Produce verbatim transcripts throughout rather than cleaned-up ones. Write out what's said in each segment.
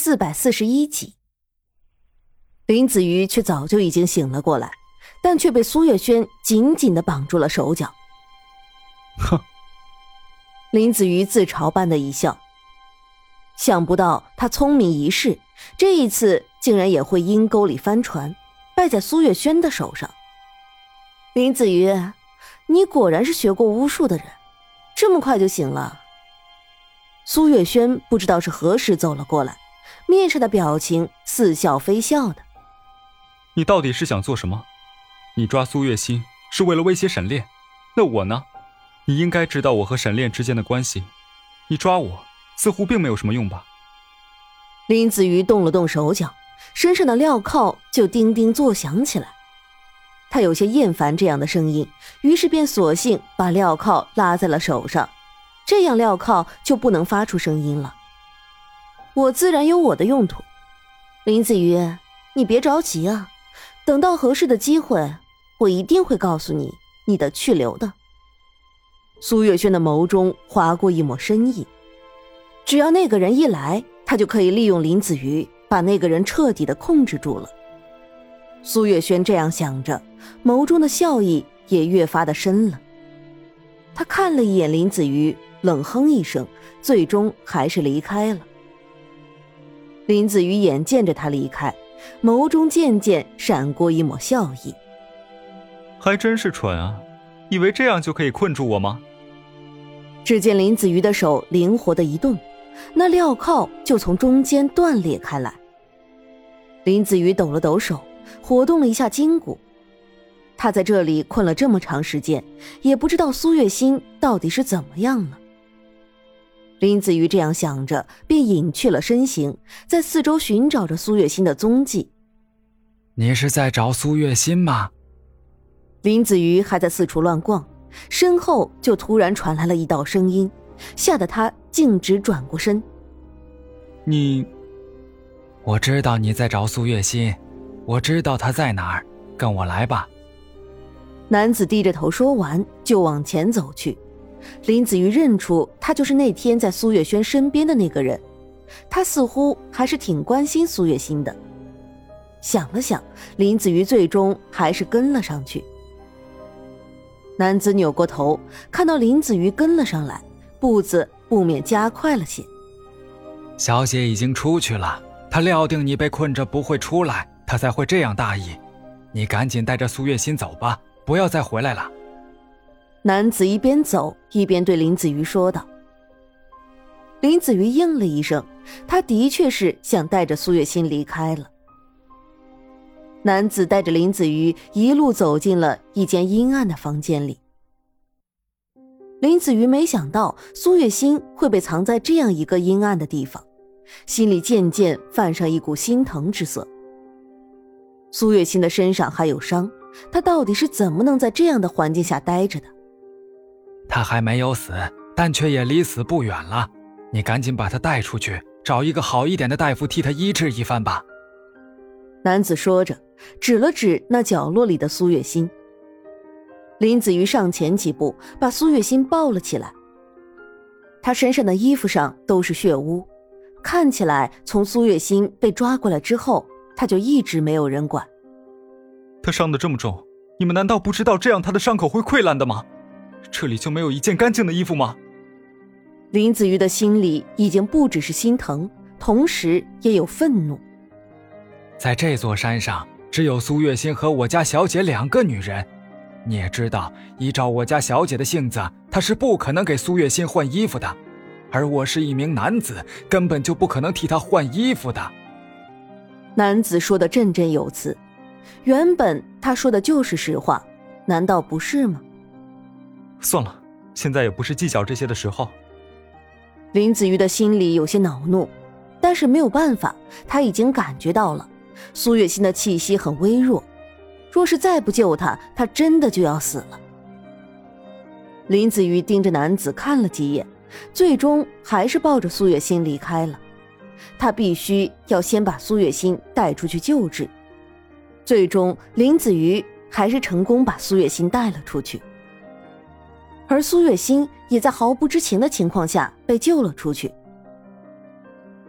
四百四十一集。林子瑜却早就已经醒了过来，但却被苏月轩紧紧地绑住了手脚。 哼！ 林子瑜自嘲般的一笑，想不到他聪明一世，这一次竟然也会阴沟里翻船，败在苏月轩的手上。林子瑜，你果然是学过巫术的人，这么快就醒了。苏月轩不知道是何时走了过来，面上的表情似笑非笑的。 你到底是想做什么？你抓苏月心是为了威胁沈炼，那我呢？你应该知道我和沈炼之间的关系，你抓我似乎并没有什么用吧。 林子瑜动了动手脚，身上的镣铐就叮叮作响起来。他有些厌烦这样的声音，于是便索性把镣铐拉在了手上，这样镣铐就不能发出声音了。我自然有我的用途，林子瑜，你别着急啊，等到合适的机会，我一定会告诉你你的去留的。苏月轩的眸中划过一抹深意，只要那个人一来，他就可以利用林子瑜把那个人彻底的控制住了。苏月轩这样想着，眸中的笑意也越发的深了。他看了一眼林子瑜，冷哼一声，最终还是离开了。林子瑜眼见着他离开，眸中渐渐闪过一抹笑意。 还真是蠢啊，以为这样就可以困住我吗？ 只见林子瑜的手灵活的一动，那镣铐就从中间断裂开来。林子瑜抖了抖手，活动了一下筋骨。他在这里困了这么长时间，也不知道苏月心到底是怎么样了。林子瑜这样想着，便隐去了身形，在四周寻找着苏月心的踪迹。 你是在找苏月心吗？ 林子瑜还在四处乱逛，身后就突然传来了一道声音，吓得他径直转过身。 你…… 我知道你在找苏月心，我知道她在哪儿，跟我来吧。 男子低着头说完，就往前走去。林子瑜认出他就是那天在苏月轩身边的那个人，他似乎还是挺关心苏月心的。想了想，林子瑜最终还是跟了上去。男子扭过头，看到林子瑜跟了上来，步子不免加快了些。 小姐已经出去了，她料定你被困着不会出来，她才会这样大意。你赶紧带着苏月心走吧，不要再回来了。 男子一边走一边对林子瑜说道。林子瑜应了一声，他的确是想带着苏月心离开了。男子带着林子瑜一路走进了一间阴暗的房间里。林子瑜没想到苏月心会被藏在这样一个阴暗的地方，心里渐渐泛上一股心疼之色。苏月心的身上还有伤，她到底是怎么能在这样的环境下待着的？ 她还没有死，但却也离死不远了。你赶紧把她带出去，找一个好一点的大夫替她医治一番吧。 男子说着，指了指那角落里的苏月心。林子瑜上前几步，把苏月心抱了起来。她身上的衣服上都是血污，看起来从苏月心被抓过来之后，她就一直没有人管。 她伤得这么重，你们难道不知道这样她的伤口会溃烂的吗？这里就没有一件干净的衣服吗？ 林子瑜的心里已经不只是心疼，同时也有愤怒。 在这座山上，只有苏月心和我家小姐两个女人。你也知道，依照我家小姐的性子，她是不可能给苏月心换衣服的，而我是一名男子，根本就不可能替她换衣服的。 男子说的振振有词，原本他说的就是实话，难道不是吗？ 算了，现在也不是计较这些的时候。 林子瑜的心里有些恼怒，但是没有办法，他已经感觉到了苏月心的气息很微弱，若是再不救他，他真的就要死了。林子瑜盯着男子看了几眼，最终还是抱着苏月心离开了。他必须要先把苏月心带出去救治。最终林子瑜还是成功把苏月心带了出去，而苏月心也在毫不知情的情况下被救了出去。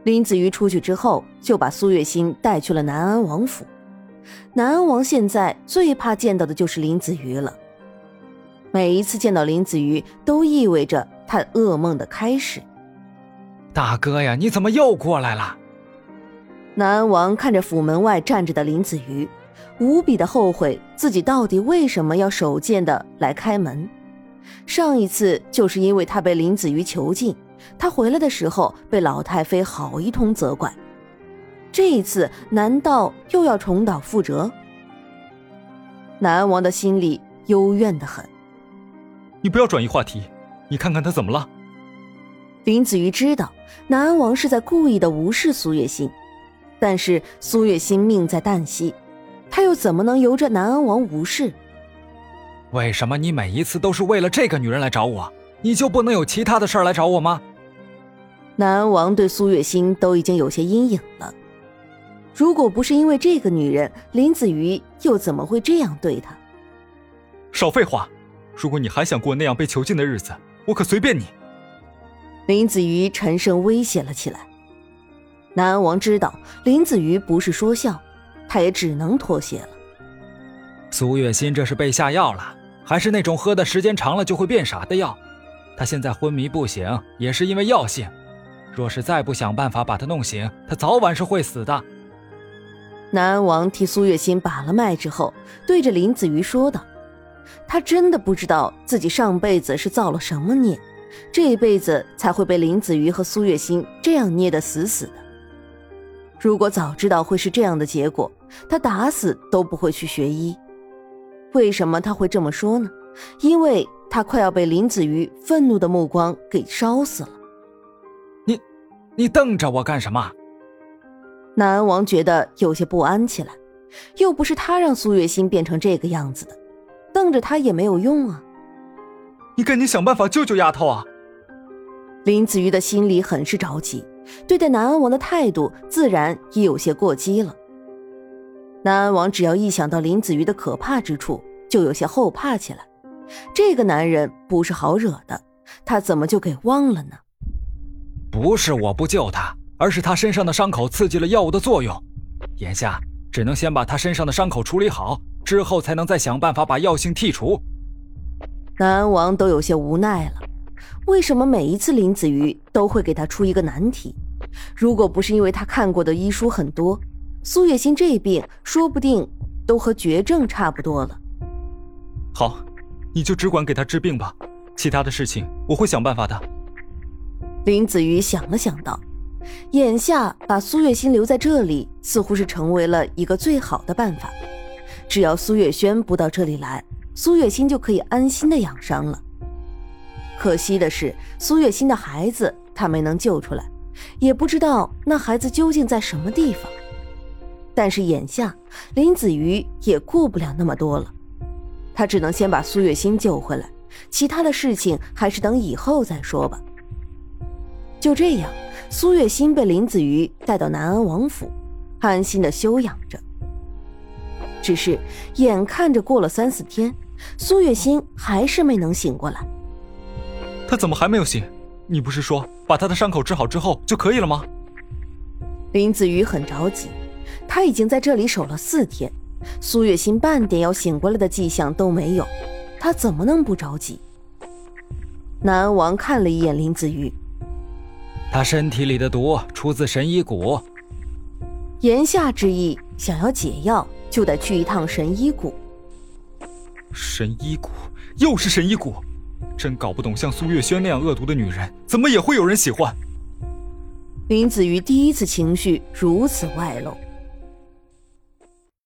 林子瑜出去之后，就把苏月心带去了南安王府。南安王现在最怕见到的就是林子瑜了，每一次见到林子瑜都意味着他噩梦的开始。 大哥呀，你怎么又过来了？ 南安王看着府门外站着的林子瑜，无比的后悔自己到底为什么要手贱的来开门。上一次就是因为他被林子瑜囚禁，他回来的时候被老太妃好一通责怪，这一次难道又要重蹈覆辙？南安王的心里幽怨得很。 你不要转移话题，你看看他怎么了？ 林子瑜知道南安王是在故意的无视苏月心，但是苏月心命在旦夕，他又怎么能由着南安王无视？ 为什么你每一次都是为了这个女人来找我？你就不能有其他的事儿来找我吗？ 南安王对苏月心都已经有些阴影了，如果不是因为这个女人，林子瑜又怎么会这样对她？ 少废话，如果你还想过那样被囚禁的日子，我可随便你。 林子瑜沉声威胁了起来。南安王知道林子瑜不是说笑，他也只能妥协了。 苏月心这是被下药了，还是那种喝的时间长了就会变傻的药。他现在昏迷不醒也是因为药性，若是再不想办法把他弄醒，他早晚是会死的。 南安王替苏月心把了脉之后，对着林子瑜说道，他真的不知道自己上辈子是造了什么孽，这一辈子才会被林子瑜和苏月心这样捏得死死的。如果早知道会是这样的结果，他打死都不会去学医。为什么他会这么说呢？因为他快要被林子瑜愤怒的目光给烧死了。 你你瞪着我干什么？ 南安王觉得有些不安起来，又不是他让苏月心变成这个样子的，瞪着他也没有用啊。 你赶紧想办法救救丫头啊！ 林子瑜的心里很是着急，对待南安王的态度自然也有些过激了。南安王只要一想到林子瑜的可怕之处，就有些后怕起来。这个男人不是好惹的，他怎么就给忘了呢？ 不是我不救他，而是他身上的伤口刺激了药物的作用，眼下只能先把他身上的伤口处理好，之后才能再想办法把药性剔除。 南安王都有些无奈了，为什么每一次林子瑜都会给他出一个难题？如果不是因为他看过的医书很多，苏月心这病说不定都和绝症差不多了。 好，你就只管给他治病吧，其他的事情我会想办法的。 林子瑜想了想道，眼下把苏月心留在这里似乎是成为了一个最好的办法，只要苏月轩不到这里来，苏月心就可以安心的养伤了。可惜的是，苏月心的孩子他没能救出来，也不知道那孩子究竟在什么地方。但是眼下林子瑜也顾不了那么多了，他只能先把苏月心救回来，其他的事情还是等以后再说吧。就这样，苏月心被林子瑜带到南安王府，安心的休养着。只是眼看着过了三四天，苏月心还是没能醒过来。 他怎么还没有醒？你不是说把他的伤口治好之后就可以了吗？ 林子瑜很着急，他已经在这里守了四天，苏月心半点要醒过来的迹象都没有，他怎么能不着急？南安王看了一眼林子瑜， 他身体里的毒出自神医谷， 言下之意，想要解药就得去一趟神医谷。 神医谷，又是神医谷，真搞不懂像苏月轩那样恶毒的女人怎么也会有人喜欢。 林子瑜第一次情绪如此外露，